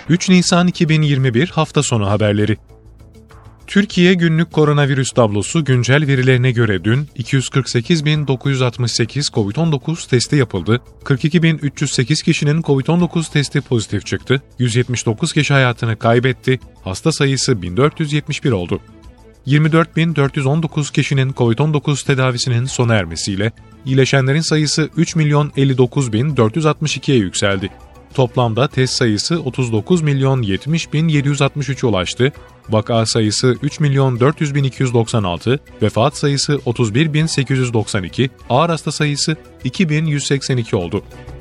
3 Nisan 2021 hafta sonu haberleri. Türkiye günlük koronavirüs tablosu güncel verilerine göre dün 248.968 COVID-19 testi yapıldı, 42.308 kişinin COVID-19 testi pozitif çıktı, 179 kişi hayatını kaybetti, hasta sayısı 1471 oldu. 24.419 kişinin COVID-19 tedavisinin sona ermesiyle iyileşenlerin sayısı 3.059.462'ye yükseldi. Toplamda test sayısı 39.070.763'e ulaştı, vaka sayısı 3.400.296, vefat sayısı 31.892, ağır hasta sayısı 2.182 oldu.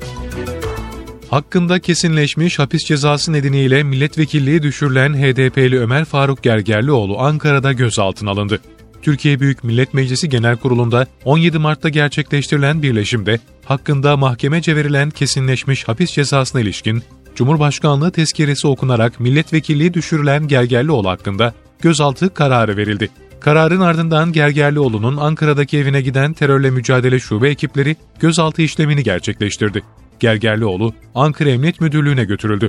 Hakkında kesinleşmiş hapis cezası nedeniyle milletvekilliği düşürülen HDP'li Ömer Faruk Gergerlioğlu Ankara'da gözaltına alındı. Türkiye Büyük Millet Meclisi Genel Kurulu'nda 17 Mart'ta gerçekleştirilen birleşimde hakkında mahkemece verilen kesinleşmiş hapis cezasına ilişkin Cumhurbaşkanlığı tezkeresi okunarak milletvekilliği düşürülen Gergerlioğlu hakkında gözaltı kararı verildi. Kararın ardından Gergerlioğlu'nun Ankara'daki evine giden terörle mücadele şube ekipleri gözaltı işlemini gerçekleştirdi. Gergerlioğlu Ankara Emniyet Müdürlüğü'ne götürüldü.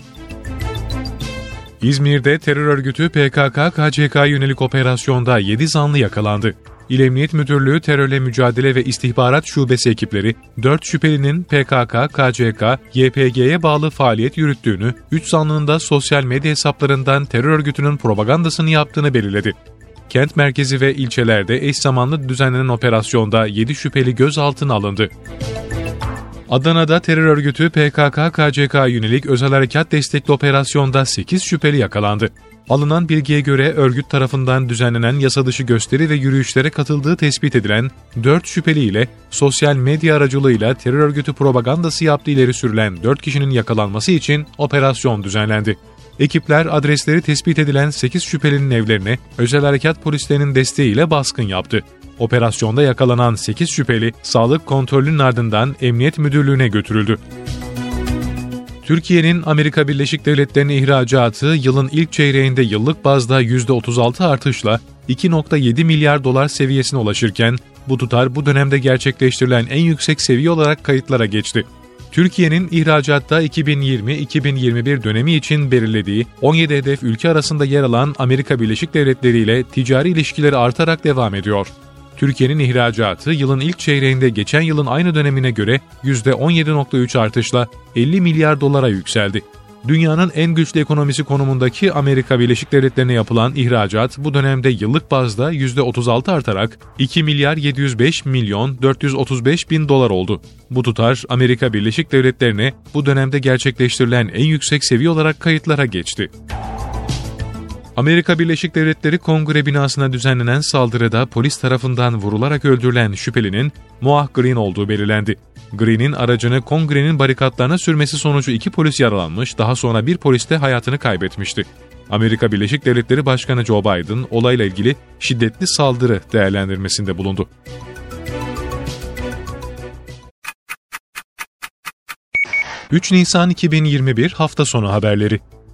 İzmir'de terör örgütü PKK-KCK yönelik operasyonda 7 zanlı yakalandı. İl Emniyet Müdürlüğü Terörle Mücadele ve İstihbarat Şubesi ekipleri 4 şüphelinin PKK-KCK, YPG'ye bağlı faaliyet yürüttüğünü, 3 zanlının da sosyal medya hesaplarından terör örgütünün propagandasını yaptığını belirledi. Kent merkezi ve ilçelerde eş zamanlı düzenlenen operasyonda 7 şüpheli gözaltına alındı. Adana'da terör örgütü PKK-KCK yönelik özel harekat destekli operasyonda 8 şüpheli yakalandı. Alınan bilgiye göre örgüt tarafından düzenlenen yasadışı gösteri ve yürüyüşlere katıldığı tespit edilen 4 şüpheli ile sosyal medya aracılığıyla terör örgütü propagandası yaptığı ileri sürülen 4 kişinin yakalanması için operasyon düzenlendi. Ekipler adresleri tespit edilen 8 şüphelinin evlerine özel harekat polislerinin desteğiyle baskın yaptı. Operasyonda yakalanan 8 şüpheli sağlık kontrolünün ardından Emniyet Müdürlüğü'ne götürüldü. Türkiye'nin Amerika Birleşik Devletleri'ne ihracatı yılın ilk çeyreğinde yıllık bazda %36 artışla 2.7 milyar dolar seviyesine ulaşırken bu tutar bu dönemde gerçekleştirilen en yüksek seviye olarak kayıtlara geçti. Türkiye'nin ihracatta 2020-2021 dönemi için belirlediği 17 hedef ülke arasında yer alan Amerika Birleşik Devletleri ile ticari ilişkileri artarak devam ediyor. Türkiye'nin ihracatı yılın ilk çeyreğinde geçen yılın aynı dönemine göre %17.3 artışla 50 milyar dolara yükseldi. Dünyanın en güçlü ekonomisi konumundaki Amerika Birleşik Devletleri'ne yapılan ihracat bu dönemde yıllık bazda %36 artarak 2 milyar 705 milyon 435 bin dolar oldu. Bu tutar Amerika Birleşik Devletleri'ne bu dönemde gerçekleştirilen en yüksek seviye olarak kayıtlara geçti. Amerika Birleşik Devletleri Kongre binasına düzenlenen saldırıda polis tarafından vurularak öldürülen şüphelinin Moah Green olduğu belirlendi. Green'in aracını Kongre'nin barikatlarına sürmesi sonucu 2 polis yaralanmış, daha sonra bir polis de hayatını kaybetmişti. Amerika Birleşik Devletleri Başkanı Joe Biden olayla ilgili şiddetli saldırı değerlendirmesinde bulundu. 3 Nisan 2021 hafta sonu haberleri.